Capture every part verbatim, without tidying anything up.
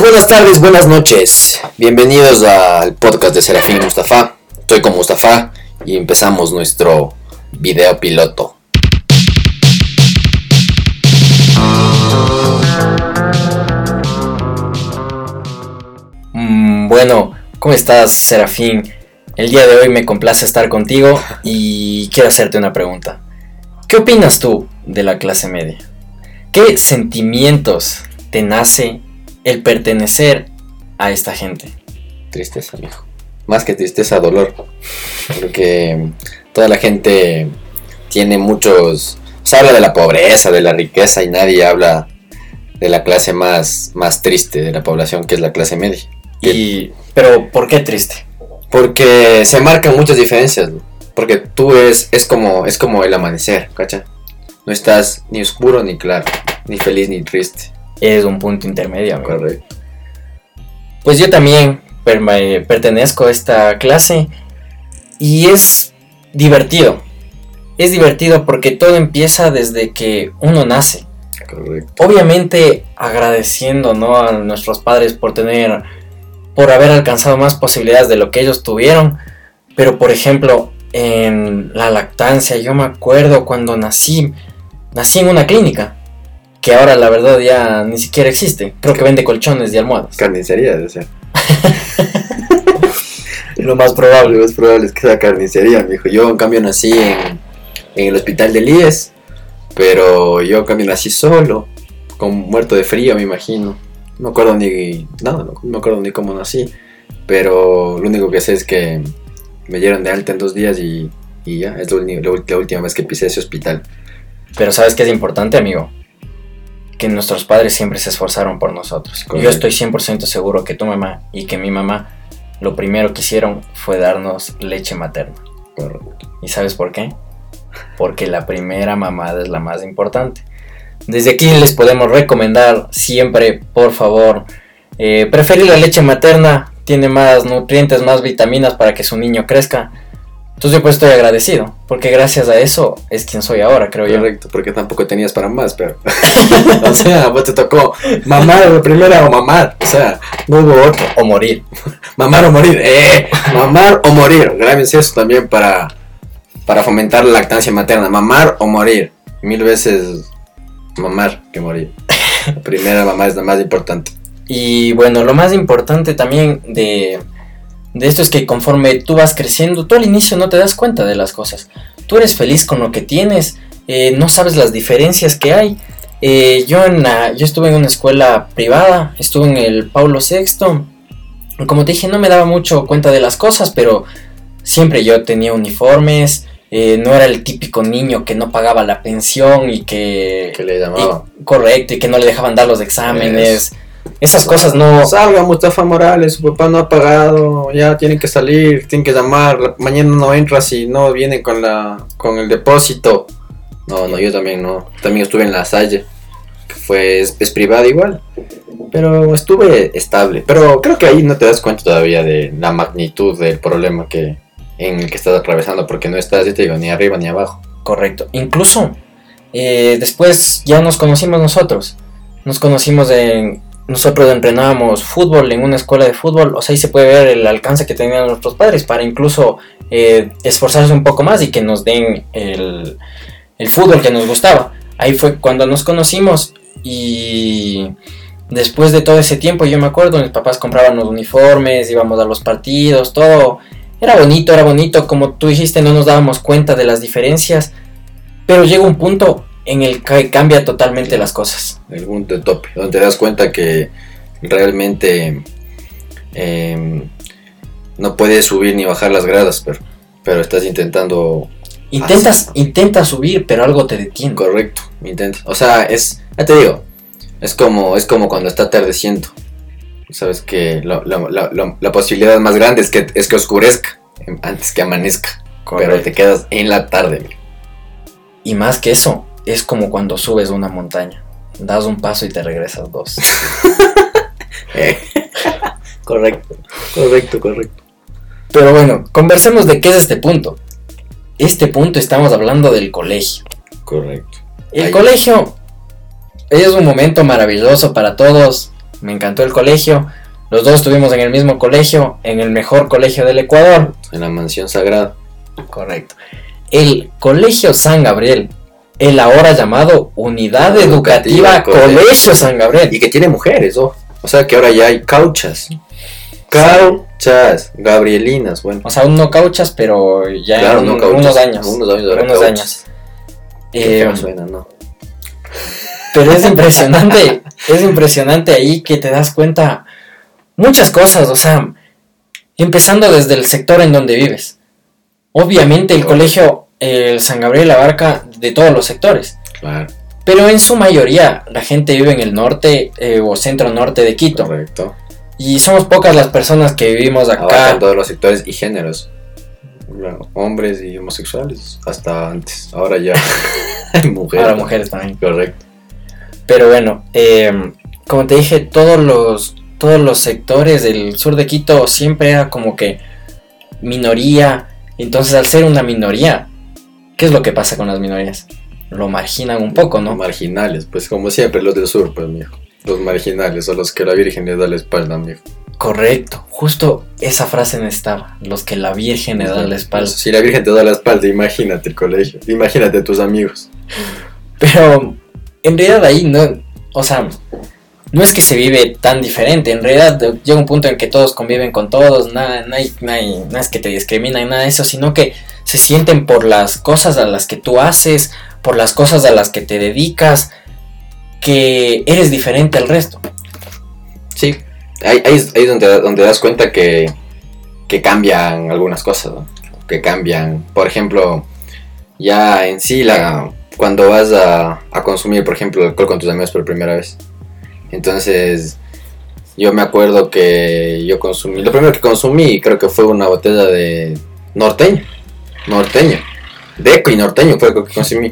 buenas tardes, buenas noches. Bienvenidos al podcast de Serafín Mustafa. Estoy con Mustafa y empezamos nuestro video piloto. Mm, bueno, ¿cómo estás, Serafín? El día de hoy me complace estar contigo y quiero hacerte una pregunta. ¿Qué opinas tú de la clase media? ¿Qué sentimientos te nace el pertenecer a esta gente? Tristeza, mijo. Más que tristeza, dolor. Porque toda la gente tiene muchos... Se habla de la pobreza, de la riqueza y nadie habla de la clase más, más triste de la población, que es la clase media. Y, pero, ¿por qué triste? Porque se marcan muchas diferencias, ¿no? Porque tú es, es, como, es como el amanecer, ¿cacha? No estás ni oscuro ni claro, ni feliz ni triste. Es un punto intermedio, amigo. Correcto. Pues yo también per- pertenezco a esta clase y es divertido. Es divertido porque todo empieza desde que uno nace. Correcto. Obviamente agradeciendo, ¿no?, a nuestros padres por tener, por haber alcanzado más posibilidades de lo que ellos tuvieron. Pero por ejemplo, en la lactancia, yo me acuerdo cuando nací, nací en una clínica, que ahora la verdad ya ni siquiera existe. Creo que vende colchones y almohadas. Carnicería, o sea. Lo más probable. Lo más probable es que sea carnicería, mijo. Yo en cambio nací en, en el hospital del I E S, pero yo en cambio nací solo, con muerto de frío, me imagino. No me acuerdo ni nada, no, no me acuerdo ni cómo nací, pero lo único que sé es que me dieron de alta en dos días y, y ya, es la, la, la última vez que pisé ese hospital. Pero ¿sabes qué es importante, amigo? Que nuestros padres siempre se esforzaron por nosotros. Correcto. Yo estoy cien por ciento seguro que tu mamá y que mi mamá lo primero que hicieron fue darnos leche materna. Correcto. ¿Y sabes por qué? Porque la primera mamada es la más importante. Desde aquí les podemos recomendar siempre, por favor, eh, preferir la leche materna. Tiene más nutrientes, más vitaminas para que su niño crezca. Entonces yo pues estoy agradecido, porque gracias a eso es quien soy ahora, creo yo. Correcto, porque tampoco tenías para más, pero... o sea, vos te tocó mamar la primera o mamar, o sea, no hubo otro. O morir. Mamar o morir, eh, mamar o morir. Grábense eso también para, para fomentar la lactancia materna, mamar o morir. Mil veces mamar que morir. La primera mamá es la más importante. Y bueno, lo más importante también de... de esto es que conforme tú vas creciendo, tú al inicio no te das cuenta de las cosas. Tú eres feliz con lo que tienes, eh, no sabes las diferencias que hay. Eh, yo, en la, yo estuve en una escuela privada, estuve en el Paulo sexto. Como te dije, no me daba mucho cuenta de las cosas, pero siempre yo tenía uniformes. Eh, no era el típico niño que no pagaba la pensión y que... Que le llamaban. Y, correcto, y que no le dejaban dar los exámenes. Yes. Esas cosas no... Salga Mustafa Morales, su papá no ha pagado, ya tienen que salir, tienen que llamar, mañana no entra si no viene con la con el depósito. No, no, yo también no. También estuve en La Salle, que fue, es, es privada igual, pero estuve estable. Pero creo que ahí no te das cuenta todavía de la magnitud del problema que en el que estás atravesando, porque no estás, yo te digo, ni arriba ni abajo. Correcto, incluso eh, después ya nos conocimos nosotros, nos conocimos en... Nosotros entrenábamos fútbol en una escuela de fútbol, o sea, ahí se puede ver el alcance que tenían nuestros padres para incluso eh, esforzarse un poco más y que nos den el, el fútbol que nos gustaba. Ahí fue cuando nos conocimos y después de todo ese tiempo, yo me acuerdo, mis papás compraban los uniformes, íbamos a los partidos, todo. Era bonito, era bonito, como tú dijiste, no nos dábamos cuenta de las diferencias, pero llega un punto en el que cambia totalmente las cosas. El punto de tope, donde te das cuenta que realmente eh, no puedes subir ni bajar las gradas, pero, pero estás intentando... Intentas, hacer... intentas subir, pero algo te detiene. Correcto, intentas. O sea, es, ya te digo, es como, es como cuando está atardeciendo. Sabes que lo, lo, lo, lo, la posibilidad más grande es que, es que oscurezca antes que amanezca. Correcto. Pero te quedas en la tarde. Mira. Y más que eso, es como cuando subes una montaña. Das un paso y te regresas dos. eh. Correcto, correcto, correcto. Pero bueno, conversemos de qué es este punto. Este punto estamos hablando del colegio. Correcto. El Ahí. colegio es un momento maravilloso para todos. me encantó el colegio. Los dos estuvimos en el mismo colegio, en el mejor colegio del Ecuador. En la mansión sagrada. Correcto. El Colegio San Gabriel, el ahora llamado Unidad Educativa, Educativa Colegio San Gabriel. Y que tiene mujeres, oh. O sea que ahora ya hay cauchas. Cauchas, gabrielinas, bueno. O sea, aún no cauchas, pero ya claro, en no un, cauchas, unos años. Unos años. Unos cauchas. años. Eh, suena, ¿no? Pero es impresionante, es impresionante ahí que te das cuenta muchas cosas, o sea, empezando desde el sector en donde vives. Obviamente el colegio, el San Gabriel abarca de todos los sectores. Claro. Pero en su mayoría la gente vive en el norte eh, o centro norte de Quito. Correcto. Y somos pocas las personas que vivimos acá. Abarcan todos los sectores y géneros. Bueno, hombres y homosexuales, hasta antes. Ahora ya hay mujeres. Ahora mujeres también. Correcto. Pero bueno, eh, como te dije, todos los, todos los sectores del sur de Quito siempre era como que minoría. Entonces, al ser una minoría, ¿qué es lo que pasa con las minorías? Lo marginan un poco, ¿no? Marginales, pues como siempre los del sur, pues, mijo. Los marginales, son los que la Virgen les da la espalda, mijo. Correcto, justo esa frase necesitaba, los que la Virgen le da la espalda. Si la Virgen te da la espalda, imagínate el colegio, imagínate a tus amigos. Pero en realidad ahí no, o sea, no es que se vive tan diferente, en realidad llega un punto en que todos conviven con todos, nada, no, hay, no, hay, no es que te discriminan, nada de eso, sino que se sienten por las cosas a las que tú haces, por las cosas a las que te dedicas, que eres diferente al resto. Sí, ahí, ahí es, ahí es donde, donde das cuenta que, que cambian algunas cosas, ¿no? Que cambian, por ejemplo, ya en sí, la, cuando vas a, a consumir, por ejemplo, alcohol con tus amigos por primera vez. Entonces, yo me acuerdo que yo consumí, lo primero que consumí creo que fue una botella de norteño, norteño, Deco y norteño fue lo que consumí.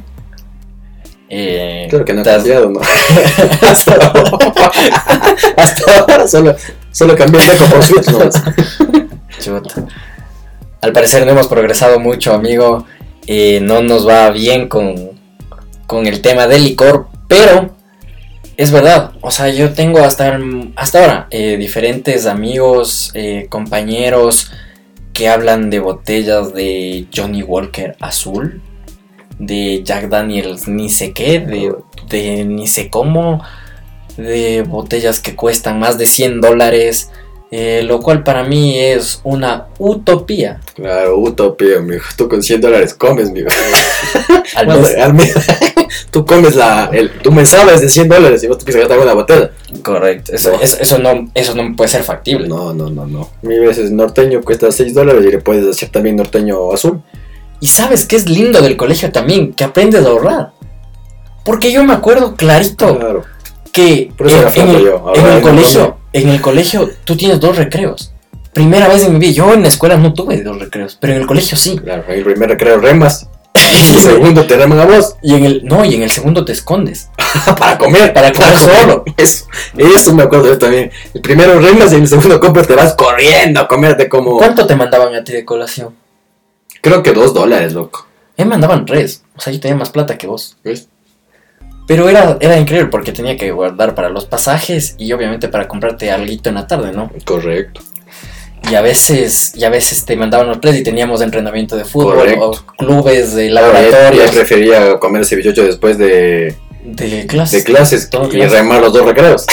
Eh, claro que no ha tas... cambiado, ¿no? hasta, ahora, hasta ahora solo, solo cambié el Deco por Switch, ¿no? Chuta. Al parecer no hemos progresado mucho, amigo. Eh, no nos va bien con, con el tema del licor, pero es verdad. O sea, yo tengo hasta, hasta ahora eh, diferentes amigos, eh, compañeros que hablan de botellas de Johnny Walker azul, de Jack Daniels ni sé qué, de, de ni sé cómo, de botellas que cuestan más de cien dólares, eh, lo cual para mí es una utopía. Claro, utopía, mijo. Tú con cien dólares comes, mijo. Al mes. Al mes. Tú comes la, el, tu mensual es de cien dólares y vos te piensas gastar una botella. Correcto, eso, no. Eso, eso, no, eso no puede ser factible. No, no, no, no. Mi veces norteño cuesta seis dólares y le puedes hacer también norteño azul. Y sabes qué es lindo del colegio también, que aprendes a ahorrar. Porque yo me acuerdo clarito claro. que en, en, el, en, el colegio, en el colegio tú tienes dos recreos. Primera vez en mi vida, yo en la escuela no tuve dos recreos, pero en el colegio sí. Claro, en el primer recreo remas. Y el segundo te reman a vos. Y en el, no, y en el segundo te escondes. para comer, para comer para solo. Comer. Eso, eso me acuerdo yo también. El primero remas y en el segundo compras te vas corriendo a comerte como. ¿Cuánto te mandaban a ti de colación? Creo que dos dólares, loco. Me mandaban tres. O sea, yo tenía más plata que vos. ¿Ves? Pero era, era increíble porque tenía que guardar para los pasajes y obviamente para comprarte alguito en la tarde, ¿no? Correcto. Y a veces, y a veces te mandaban los tres y teníamos entrenamiento de fútbol. Correcto. O clubes de laboratorios. Yo prefería comer ese bichocho después de, de clases. De clases Todo y clases. remar los dos recreos.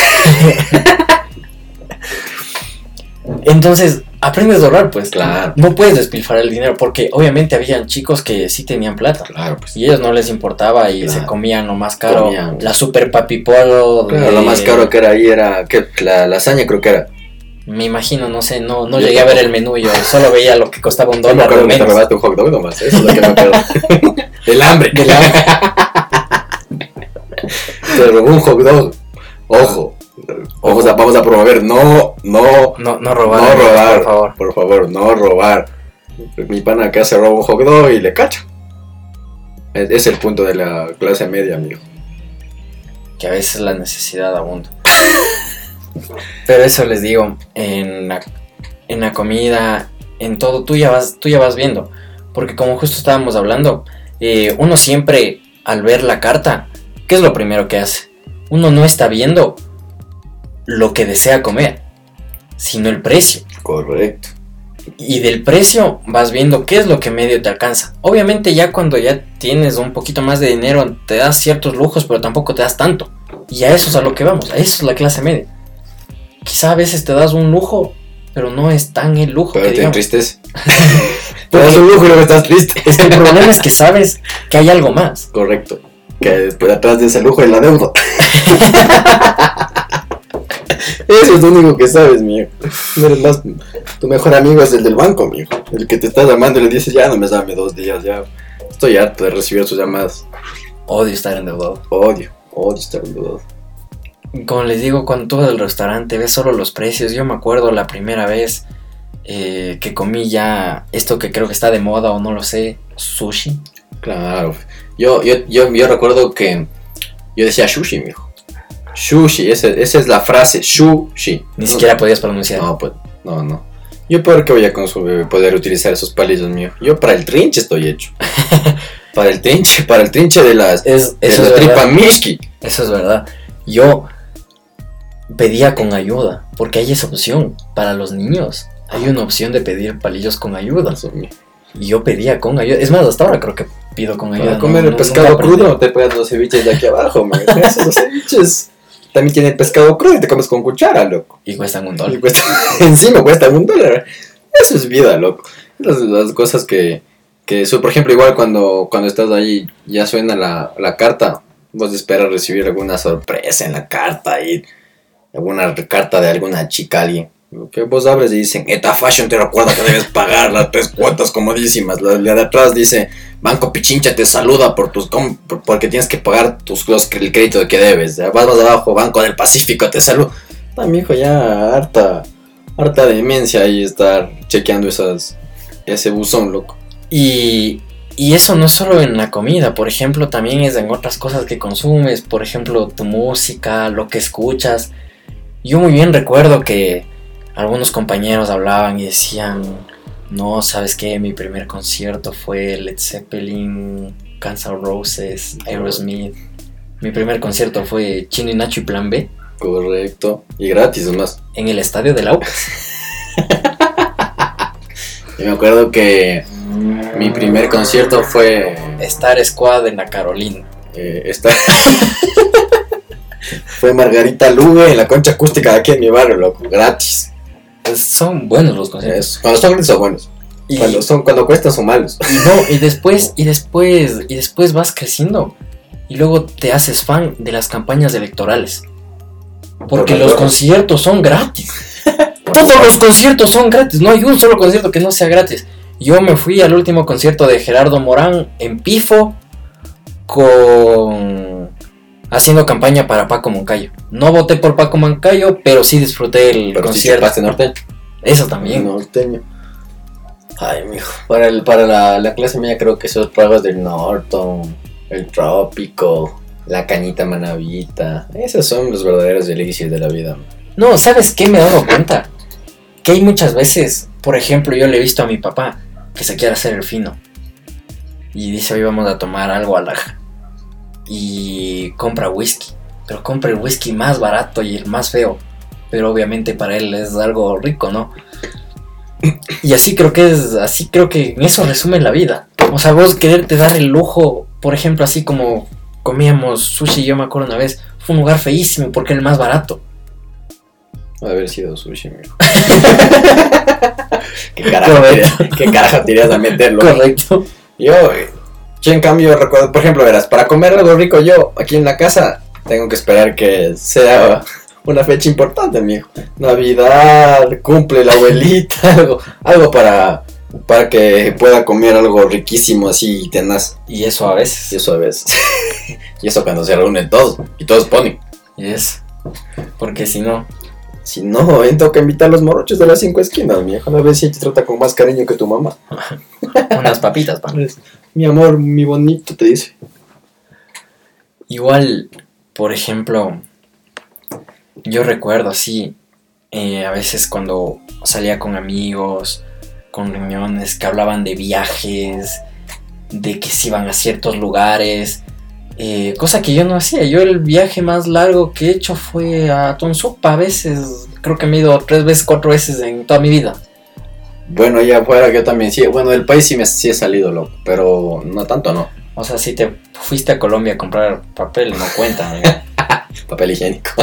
Entonces, aprendes a ahorrar, pues. Claro. No puedes despilfarrar el dinero porque obviamente habían chicos que sí tenían plata. Claro, pues. Y ellos no les importaba y claro. se comían lo más caro. Comían. La super papipolo. Claro, de... lo más caro que era ahí era que la lasaña creo que era. Me imagino, no sé, no, no llegué a ver el menú, yo solo veía lo que costaba un dólar. Me acuerdo que te robaste un hot dog nomás, eso es lo que me acuerdo. Del hambre. Del hambre. Te robó un hot dog. Ojo. Vamos a, vamos a promover, no, no, no, no robar, no robar, por favor, por favor, no robar. Mi pana acá se roba un hot dog y le cacha. Es, es el punto de la clase media, amigo. Que a veces la necesidad abunda. Pero eso les digo, en la, en la comida, en todo, tú ya vas, tú ya vas viendo. Porque como justo estábamos hablando, eh, uno siempre al ver la carta, ¿qué es lo primero que hace? Uno no está viendo lo que desea comer, sino el precio. Correcto. Y del precio vas viendo qué es lo que medio te alcanza. Obviamente ya cuando ya tienes un poquito más de dinero te das ciertos lujos, pero tampoco te das tanto. Y a eso es a lo que vamos, a eso es la clase media. Quizá a veces te das un lujo, pero no es tan el lujo. Pero que te digamos. entristece. Te das un lujo y luego estás triste. Es que el problema es que sabes que hay algo más. Correcto. Que después atrás de ese lujo hay la deuda. Eso es lo único que sabes, mijo. No eres más. Tu mejor amigo es el del banco, mijo. El que te está llamando y le dices, ya no me llame dos días, ya. Estoy harto de recibir sus llamadas. Odio estar endeudado. Odio, odio estar endeudado. Como les digo, cuando tú vas al restaurante ves solo los precios. Yo me acuerdo la primera vez eh, que comí ya esto que creo que está de moda o no lo sé, sushi. Claro. Yo, yo, yo, yo recuerdo que yo decía sushi, mijo. Sushi, esa, esa es la frase, sushi. Ni no, siquiera podías pronunciar. No, pues, no, no. Yo por qué voy a consumir, poder utilizar esos palillos míos. Yo para el trinche estoy hecho. Para el trinche, para el trinche de las es, de eso la es tripa verdad. mishki. Eso es verdad. Yo pedía con ayuda, porque hay esa opción para los niños. Hay una opción de pedir palillos con ayuda. Y yo pedía con ayuda. Es más, hasta ahora creo que pido con ayuda. Para comer no, el no, pescado crudo, te pegas los ceviches de aquí abajo, man. Esos los ceviches también tienen pescado crudo y te comes con cuchara, loco. Y cuestan un Y dólar. cuesta, encima cuesta un dólar. Eso es vida, loco. Las, las cosas que, que eso, por ejemplo, igual cuando, cuando estás ahí, ya suena la, la carta, vos esperas recibir alguna sorpresa en la carta y alguna carta de alguna chica, alguien. Que vos abres y dicen, Eta Fashion te recuerda que debes pagar las tres cuotas comodísimas. La, la de atrás dice, Banco Pichincha te saluda por tus com- por, porque tienes que pagar tus, los, el crédito que debes. Vas más abajo, Banco del Pacífico te saluda. Ah, mijo, ya harta, harta demencia ahí estar chequeando esas, ese buzón, loco. Y, y eso no es solo en la comida, por ejemplo, también es en otras cosas que consumes, por ejemplo, tu música, lo que escuchas. Yo muy bien recuerdo que algunos compañeros hablaban y decían, no, ¿sabes qué? Mi primer concierto fue Led Zeppelin, Guns N' Roses, Aerosmith. Mi primer concierto fue Chino y Nacho y Plan B. Correcto. Y gratis, además. En el estadio de la U. Yo me acuerdo que mi primer concierto fue Star Squad en la Carolina. Eh, esta... fue Margarita Lugue en la concha acústica de aquí en mi barrio, loco. Gratis. Son buenos los conciertos. Es, cuando son gratis son buenos. Y, Cuando, son, cuando cuestan son malos. y no, y después, y después, y después vas creciendo. Y luego te haces fan de las campañas electorales. Porque los conciertos son gratis. Todos los conciertos son gratis. No hay un solo concierto que no sea gratis. Yo me fui al último concierto de Gerardo Morán en Pifo con haciendo campaña para Paco Moncayo. No voté por Paco Moncayo, pero sí disfruté el Pero concierto. sí norteño. Eso también. Norteño. Ay, mijo. Para, el, para la, la clase media creo que esos pruebas del Norton, el Trópico, la Cañita Manavita, esos son los verdaderos elixir de la vida. No, ¿sabes qué me he dado cuenta? Que hay muchas veces, por ejemplo, yo le he visto a mi papá que se quiere hacer el fino. Y dice, hoy vamos a tomar algo a la... Y compra whisky. Pero compra el whisky más barato y el más feo. Pero obviamente para él es algo rico, ¿no? Y así creo que es, así creo que en eso resume la vida. O sea, vos quererte dar el lujo, por ejemplo, así como comíamos sushi, yo me acuerdo una vez, fue un lugar feísimo porque era el más barato. Puede haber sido sushi, mijo. ¿Qué carajo, te, ¿Qué carajo te irías a meterlo? Correcto. Yo, yo en cambio recuerdo, por ejemplo, verás, para comer algo rico yo aquí en la casa tengo que esperar que sea una fecha importante, mijo. Navidad, cumple la abuelita, algo, algo para, para que pueda comer algo riquísimo así y tenaz. Y eso a veces. Y eso a veces. Y eso cuando se reúnen todos y todos ponen. Y eso. Porque si no. Si no, ven, tengo que invitar a los morochos de las cinco esquinas, mi hijo. A ver si te trata con más cariño que tu mamá. Unas papitas, pan. Mi amor, mi bonito, te dice. Igual, por ejemplo, yo recuerdo así, eh, a veces cuando salía con amigos, con reuniones que hablaban de viajes, de que se iban a ciertos lugares, Eh, cosa que yo no hacía. Yo el viaje más largo que he hecho fue a Tonsupa a veces. Creo que me he ido tres veces, cuatro veces en toda mi vida. Bueno, ya afuera yo también sí. Bueno, del país sí me sí he salido, loco. Pero no tanto, no. O sea, si te fuiste a Colombia a comprar papel, no cuenta, amigo. Papel higiénico.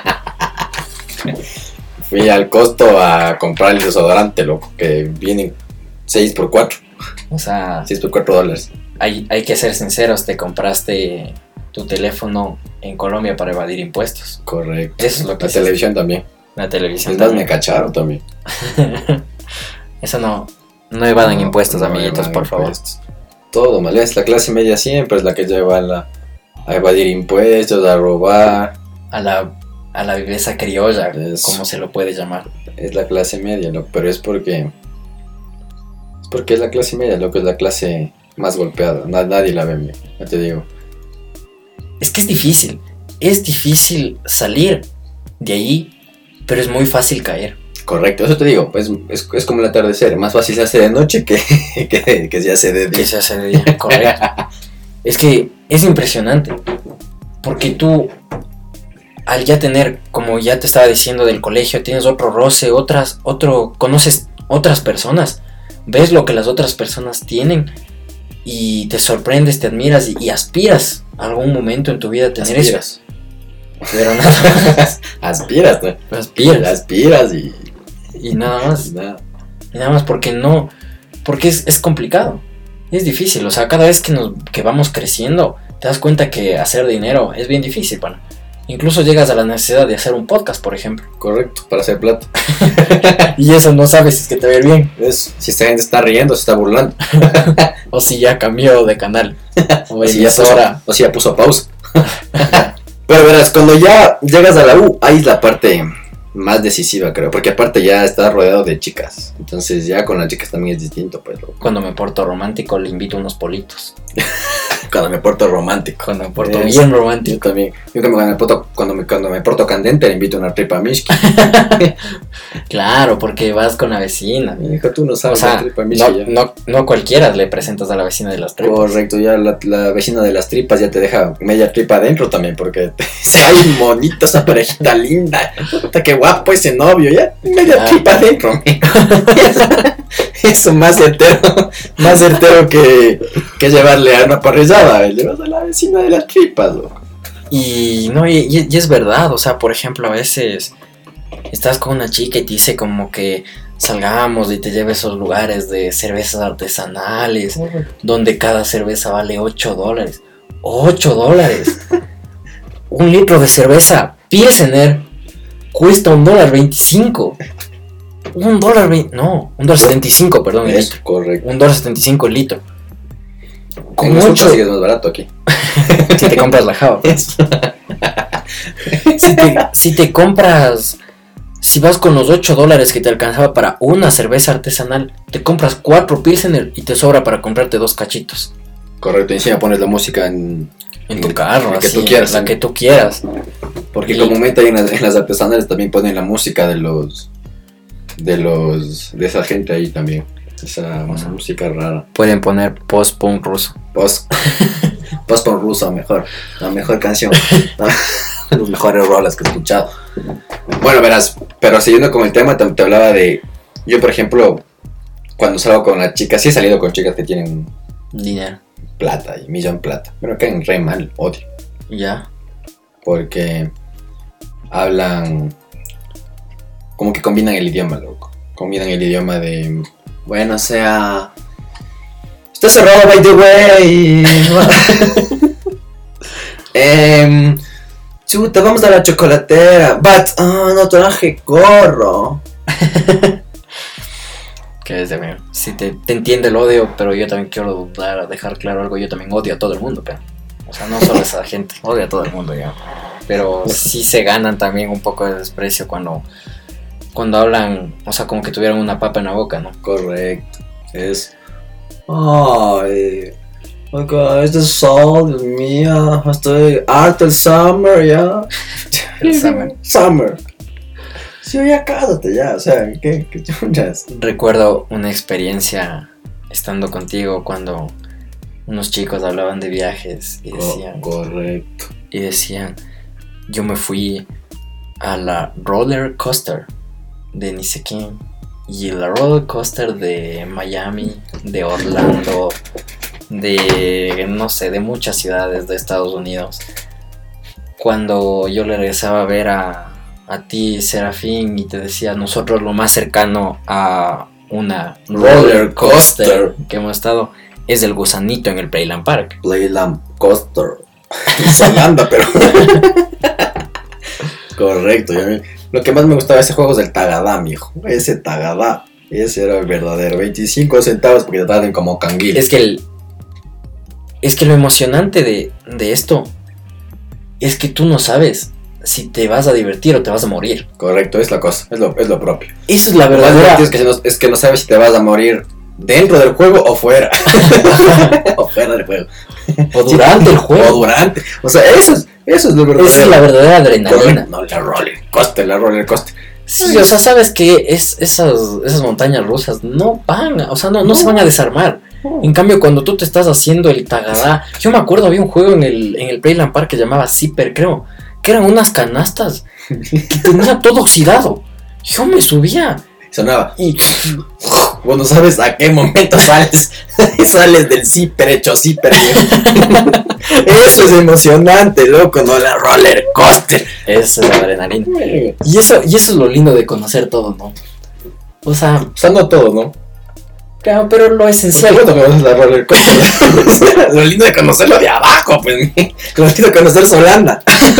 Fui al Costo a comprar el desodorante, loco. Que vienen seis por cuatro. O sea, seis por cuatro dólares. Hay, hay que ser sinceros, te compraste tu teléfono en Colombia para evadir impuestos. Correcto. Eso es lo que La hiciste. televisión también. La televisión Entonces también. me cacharon también. Eso no, no evadan No, impuestos, no amiguitos, evadan por favor. impuestos. Todo mal. Es la clase media siempre es la que lleva a, la, a evadir impuestos, a robar. A la, a la viveza criolla, Eso. como se lo puede llamar. Es la clase media, loco. Pero es porque... Es porque es la clase media, loco. Es la clase más golpeada. Na- nadie la ve, amigo. Ya te digo. Es que es difícil. Es difícil salir de ahí, pero es muy fácil caer. Correcto, eso te digo. Es, es, es como el atardecer. Más fácil se hace de noche que, que, que se hace de Que día. se hace de día, correcto. Es que es impresionante. Porque tú, al ya tener, como ya te estaba diciendo del colegio, tienes otro roce, otras, otro, conoces otras personas, ves lo que las otras personas tienen y te sorprendes, te admiras y, y aspiras a algún momento en tu vida a tener Aspiras. eso. Pero nada más. Aspiras, ¿no? Aspiras. Aspiras y... Y nada más. y nada. Y nada más porque no, porque es, es complicado, es difícil, o sea, cada vez que, nos, que vamos creciendo, te das cuenta que hacer dinero es bien difícil, bueno, incluso llegas a la necesidad de hacer un podcast, por ejemplo, Correcto, para hacer plata. y eso no sabes si es que te va a ir bien, Es, si esta gente está riendo, se está burlando. o si ya cambió de canal, o O si ya puso, emisora. o si ya puso pausa. Pero verás, cuando ya llegas a la U, ahí es la parte más decisiva, creo. Porque aparte ya estás rodeado de chicas. Entonces ya con las chicas también es distinto, pues. Loco. Cuando me porto romántico le invito unos politos, Cuando me porto romántico. cuando me porto Es- bien Yo romántico, también. Yo cuando me porto, cuando me, cuando me porto candente le invito una tripa Mishki. claro, porque vas con la vecina, Mi hijo, tú no o sabes sea, la tripa no, Mishki ya. no, no cualquiera le presentas a la vecina de las tripas. Correcto, ya la, la vecina de las tripas ya te deja media tripa adentro también, porque ay, monito, esa parejita linda, puta, qué guapo ese novio, ya media Ah. tripa adentro, amigo. Eso más certero, más certero que, que llevarle a una parrillada, le llevas a la vecina de las tripas, loco. Y no, y, y- y es verdad, o sea, por ejemplo, a veces estás con una chica y te dice como que salgamos y te lleve a esos lugares de cervezas artesanales, donde cada cerveza vale ocho dólares. ¡ocho dólares! Un litro de cerveza Pilsener cuesta un dólar veinticinco. Un dólar veinte, no, un dólar setenta y cinco, perdón, el Eso, litro. correcto. Un dólar setenta y cinco el litro. Con Con ocho, sí es más barato aquí. si te compras la Java. Si te, si te compras, si vas con los ocho dólares que te alcanzaba para una cerveza artesanal, te compras cuatro Pilsener y te sobra para comprarte dos cachitos. Correcto, y encima pones la música en... En tu carro, La que así, tú quieras, la ¿no? que tú quieras. Porque Y- comúnmente ahí en las, en las artesanales también ponen la música de los... De los... De esa gente ahí también. Esa Ajá. música rara. Pueden poner post-punk ruso. Post... Post por ruso, mejor. La mejor canción. Los mejores rolas que he escuchado. Bueno, verás, pero siguiendo con el tema, te, te hablaba de... Yo, por ejemplo, cuando salgo con las chicas, sí he salido con chicas que tienen Dinero. plata y millón plata. Pero caen re mal, odio. Ya. Porque hablan... Como que combinan el idioma, loco. Combinan el idioma de... Bueno, o sea... Está cerrado, by the way. Em, chuta, vamos a la chocolatera. But, ah, no traje gorro. Que es de ver. Sí, te, te entiende el odio, pero yo también quiero dar, dejar claro algo. Yo también odio a todo el mundo, pero. O sea, no solo a esa gente, odio a todo el mundo ya. Pero sí se ganan también un poco de desprecio cuando. Cuando hablan, o sea, como que tuvieran una papa en la boca, ¿no? Correcto. Es... Ay... Oiga, este sol, Dios mío. Estoy harto el summer, ya. El summer. Summer. Sí, ya cállate ya, o sea, ¿qué, qué chuchas? Recuerdo una experiencia estando contigo cuando unos chicos hablaban de viajes y Co- decían, correcto. y decían, yo me fui a la roller coaster de ni sé quién, y la roller coaster de Miami, de Orlando, de no sé, de muchas ciudades de Estados Unidos. Cuando yo le regresaba a ver a, a ti, Serafín, y te decía, nosotros lo más cercano a una roller coaster que hemos estado es el gusanito en el Playland Park. Playland Coaster. Solanda, pero. Correcto. Y a mí, lo que más me gustaba de ese juego es el Tagadá, mijo. Ese Tagadá. Ese era el verdadero. veinticinco centavos porque te traten como canguil. Es que el, es que lo emocionante de, de esto es que tú no sabes si te vas a divertir o te vas a morir. Correcto, es la cosa. Es lo, es lo propio. Eso es la Lo más verdadera. divertido es que, no, es que no sabes si te vas a morir dentro del juego o fuera. O fuera del juego. O durante el O juego. durante. O sea, eso es, eso es lo verdadero. Esa es la verdadera adrenalina. Correcto. No, la roller coaster, la roller coaster. Sí, o sea, sabes que es, esas, esas montañas rusas no van, o sea, no, no se van a desarmar. En cambio, cuando tú te estás haciendo el tagadá, yo me acuerdo, había un juego en el, en el Playland Park que llamaba Zipper, creo, que eran unas canastas que tenía todo oxidado. Yo me subía Sonaba. y Bueno, ¿sabes a qué momento sales? Sales del zipper hecho zipper. Eso es emocionante, loco, no la roller coaster. esa es la adrenalina. Y eso, y eso es lo lindo de conocer todo, ¿no? O sea, O sea, no todo, ¿no? claro, pero lo esencial. Bueno, conoces la roller coaster. Lo lindo de conocerlo de abajo, pues. Lo lindo de conocer Solanda.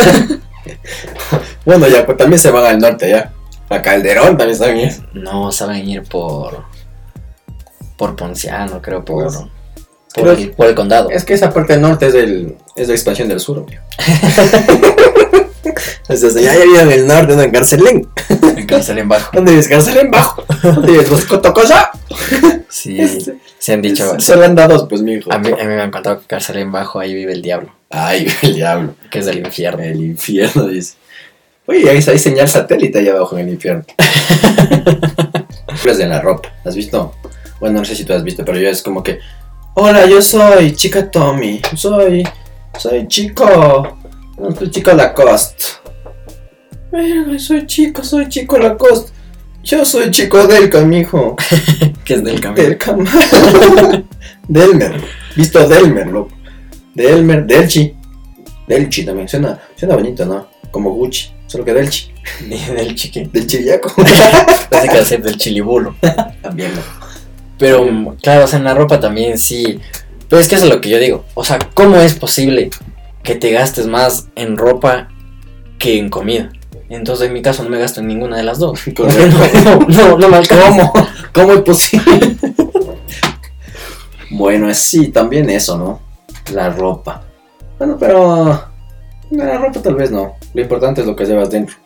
Bueno, ya, pues también se van al norte, ya. A Calderón también saben ir. No saben ir por por Ponciano, creo, por, Pues, por, creo- el, por el condado. Es que esa parte del norte es, del, es la expansión del sur, amigo. O sea, ya viven en el norte, no en Carcelén. En Carcelén Bajo. ¿Dónde vives? Carcelén Bajo. ¿Dónde vives? Los Cotocosa. Sí, se han dicho. Solanda dos, pues, mi hijo. A mí, a mí me han contado que Carcelén Bajo ahí vive el diablo, Ay, el diablo. que es del infierno. El infierno, dice. Oye, ahí hay señal satélite allá abajo en el infierno. Es de la ropa, ¿has visto? Bueno, no sé si tú has visto, pero yo es como que... Hola, yo soy chica Tommy. Soy... Soy chico... No, soy chico Lacoste. Verga, soy chico, soy chico Lacoste. Yo soy chico Delca, mijo. Que es del camino. Delca, Delmer. Visto Delmer, loco. Delmer, Delchi. Delchi también. Suena, suena bonito, ¿no? Como Gucci. Solo que Delchi. Del chique. Del chiriaco. Parece que va a ser del chilibulo. También, ¿no? Pero claro, o sea, en la ropa también sí. Pero es que eso es lo que yo digo. O sea, ¿cómo es posible que te gastes más en ropa que en comida? Entonces en mi caso no me gasto en ninguna de las dos. Correcto. No, no, no, no me alcanza. ¿Cómo? ¿Cómo es posible? Bueno, es sí, también eso, ¿no? La ropa. Bueno, pero... La ropa tal vez no. Lo importante es lo que llevas dentro.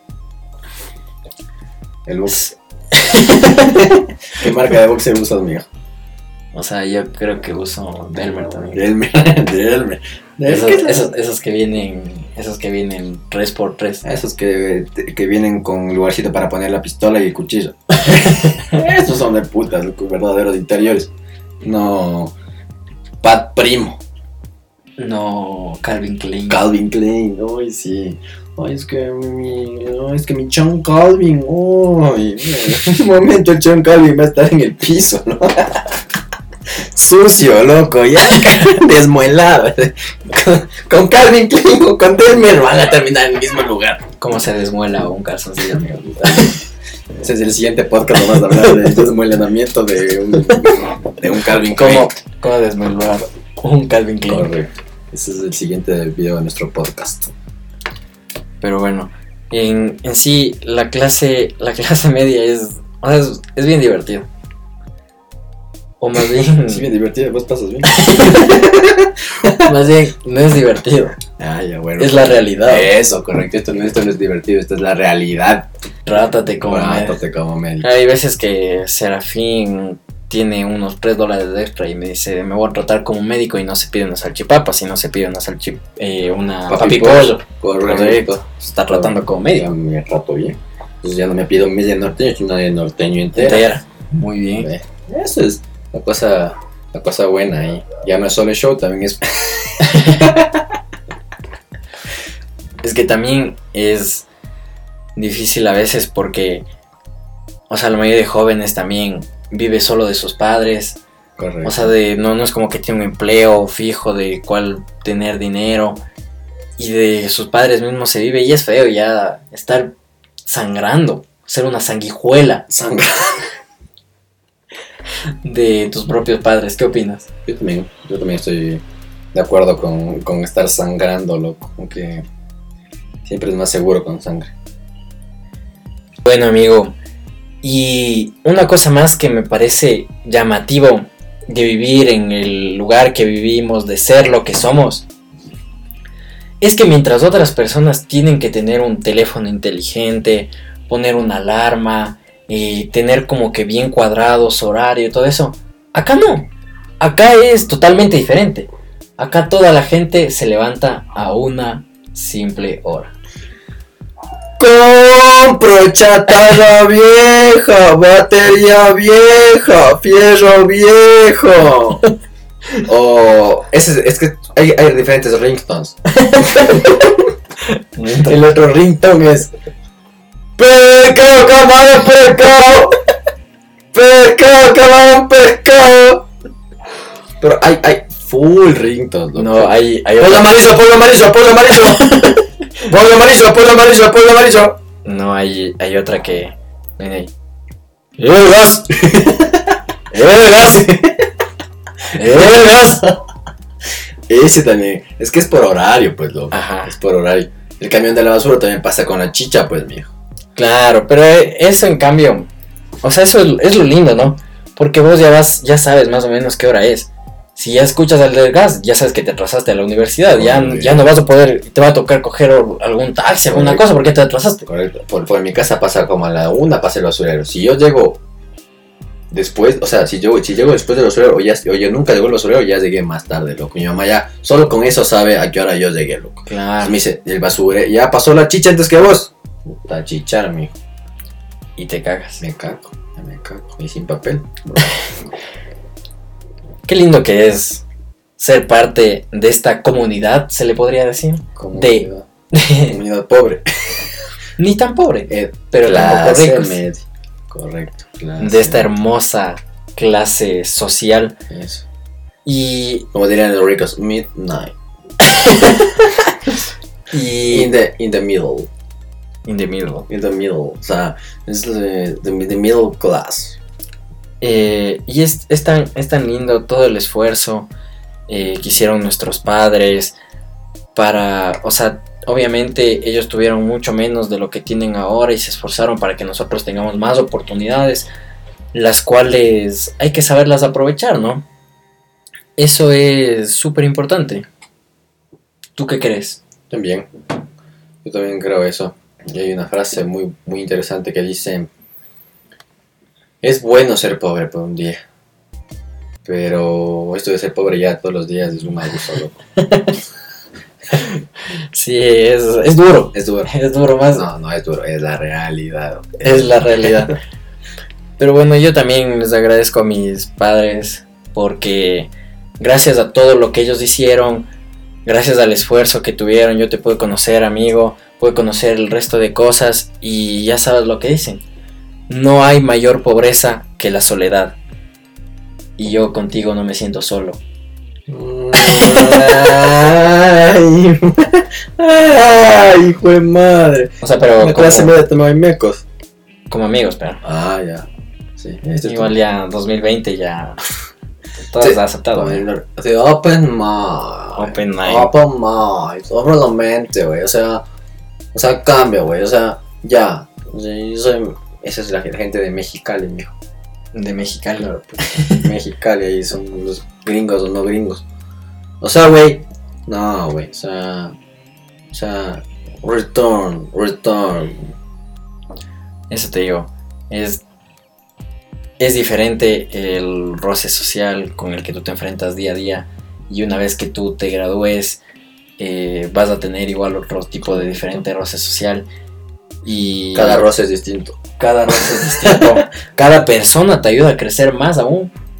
El box. ¿Qué marca de boxer usas, amigo? O sea, yo creo que uso Delmer también. Delmer, Delmer. Esos, ¿Qué es la- esos, esos que vienen, esos que vienen tres por tres. Esos que, que vienen con lugarcito para poner la pistola y el cuchillo. Esos son de putas, loco, verdaderos interiores. No. Pat Primo. No, Calvin Klein. Calvin Klein. Ay, sí. Ay, es que mi. Ay, es que mi John Calvin. Ay, en un momento el John Calvin va a estar en el piso, ¿no? Sucio, loco, ya desmuelado. Con, con Calvin Klein o con Delmer van a terminar en el mismo lugar. ¿Cómo se desmuela un calzoncillo, amigo? Ese es el siguiente podcast, vamos a hablar del desmuelenamiento de un, de un Calvin Klein. ¿Cómo, cómo desmuelar un Calvin Klein? Correcto. Ese es el siguiente video de nuestro podcast. Pero bueno, en, en sí la clase la clase media es, o sea, es, es bien divertido. O más bien, Sí, bien divertido, vos pasas bien. más bien no es divertido, Ah, ya, bueno. es la realidad. Eso, correcto. Esto no, esto no es divertido, esto es la realidad. Trátate como medio. Trátate como medio. Hay veces que Serafín tiene unos tres dólares de extra y me dice, me voy a tratar como médico y no se pide una salchipapa, sino se pide una salchip, eh, una Papi papi pollo. pollo. Correcto. Se está tratando como Ya médico. me trato bien. Entonces ya no me pido media norteño, sino de norteño entera. Entera. Muy bien. Ve, eso es la cosa la cosa buena ahí. Ya no es solo el show, también es... Es que también es difícil a veces porque, o sea, la mayoría de jóvenes también vive solo de sus padres. Correcto. O sea, de, no, no es como que tiene un empleo fijo de cuál tener dinero. Y de sus padres mismos se vive y es feo ya estar sangrando, ser una sanguijuela. Sangra. De tus propios padres. ¿Qué opinas? Yo también, yo también estoy de acuerdo con, con estar sangrando, loco. Aunque siempre es más seguro con sangre. Bueno, amigo, y una cosa más que me parece llamativo de vivir en el lugar que vivimos, de ser lo que somos, es que mientras otras personas tienen que tener un teléfono inteligente, poner una alarma, y tener como que bien cuadrado su horario y todo eso, acá no, acá es totalmente diferente. Acá toda la gente se levanta a una simple hora. Compro chatarra vieja, batería vieja, fierro viejo. O es, es que hay, hay diferentes ringtones. El otro ringtone es pescado, camarón, pescado. Pescado, camarón, pescado. Pero hay, hay full ringtones, loco. No, hay... hay Pollo otra- amarillo, pollo amarillo, pollo amarillo. Pollo amarillo, pollo amarillo, pollo amarillo. No, hay, hay otra que... Ven ahí. ¡El gas! ¡El gas! ¡El gas! Ese también. Es que es por horario, pues, loco. Ajá. Es por horario. El camión de la basura también pasa con la chicha, pues, mijo. Claro, pero eso en cambio... O sea, eso es, es lo lindo, ¿no? Porque vos ya vas, ya sabes más o menos qué hora es. Si ya escuchas al del gas, ya sabes que te atrasaste a la universidad. Ya, ya no vas a poder, te va a tocar coger algún taxi, alguna Correcto. cosa, porque te atrasaste. Correcto. Por, por mi casa pasa como a la una, pasa el basurero. Si yo llego después, o sea, si yo si llego después del basurero, o, ya, o yo nunca llego al basurero, ya llegué más tarde, loco. Mi mamá ya, solo con eso sabe a qué hora yo llegué, loco. Claro. Entonces me dice, el basurero, ya pasó la chicha antes que vos. Puta chichar, mijo. Y te cagas. Me cago, ya me cago. Y sin papel. Qué lindo que es ser parte de esta comunidad, se le podría decir. Comunidad, comunidad pobre. Ni tan pobre, Eh, pero tampoco clase ricos. media. Correcto. clase De esta media. hermosa clase social. Eso. Y... Como dirían los ricos, midnight. y In the, in the middle. in the middle. In the middle. O sea, es the, the, the middle class. Eh, y es, es, tan, es tan lindo todo el esfuerzo eh, que hicieron nuestros padres para, o sea, obviamente ellos tuvieron mucho menos de lo que tienen ahora y se esforzaron para que nosotros tengamos más oportunidades, las cuales hay que saberlas aprovechar, ¿no? Eso es súper importante. ¿Tú qué crees? También. Yo también creo eso. Y hay una frase muy, muy interesante que dice: es bueno ser pobre por un día, pero esto de ser pobre ya todos los días es un abuso, loco. Sí, es, es duro. Es duro. Es duro más. No, no es duro, es la realidad. Es la realidad. Pero bueno, yo también les agradezco a mis padres porque gracias a todo lo que ellos hicieron, gracias al esfuerzo que tuvieron, yo te pude conocer, amigo, pude conocer el resto de cosas y ya sabes lo que dicen. No hay mayor pobreza que la soledad. Y yo contigo no me siento solo. Ay, ay, hijo de madre. O sea, pero La clase como, media te hay mecos. como amigos, pero Ah, ya. Sí, este es igual tu- ya dos mil veinte ya todo Sí, está aceptado. Con ¿no? el- así, open mind. Open mind. Open mind. Abre la mente, güey. O sea, o sea, cambia, güey. O sea, ya. O sea, yo soy. Esa es la gente de Mexicali, mijo. De Mexicali. Claro, pues, Mexicali, ahí son los gringos o no gringos. O sea, güey. No, güey. O sea. O sea. Return, return. Eso te digo, es, es diferente el roce social con el que tú te enfrentas día a día y una vez que tú te gradúes eh, vas a tener igual otro tipo de diferente roce social y Cada roce es distinto. cada roce es distinto, cada persona te ayuda a crecer más aún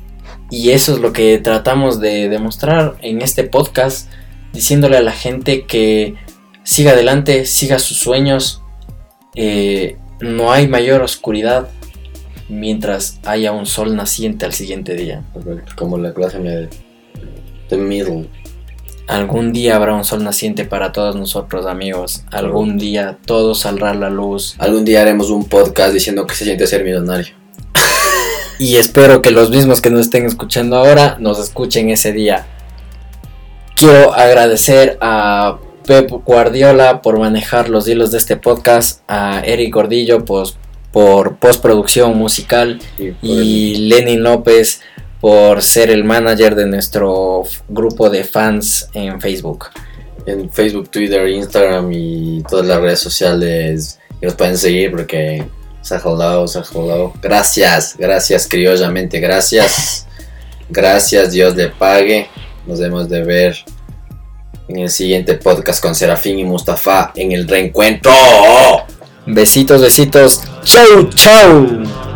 Y eso es lo que tratamos de demostrar en este podcast, diciéndole a la gente que siga adelante, siga sus sueños. Eh, no hay mayor oscuridad mientras haya un sol naciente al siguiente día. Como la clase media. The middle. Algún día habrá un sol naciente para todos nosotros, amigos. Algún día todo saldrá a la luz. Algún día haremos un podcast diciendo que se siente ser millonario. Y espero que los mismos que nos estén escuchando ahora nos escuchen ese día. Quiero agradecer a Pep Guardiola por manejar los hilos de este podcast, a Eric Gordillo pues, por postproducción musical y, y el... Lenin López por ser el manager de nuestro grupo de fans en Facebook. En Facebook, Twitter, Instagram y todas las redes sociales que nos pueden seguir porque... Sajolao, sajolao. Gracias, gracias criollamente, gracias. Gracias, Dios le pague. Nos hemos de ver en el siguiente podcast con Serafín y Mustafa en el reencuentro. Besitos, besitos. Chau, chau.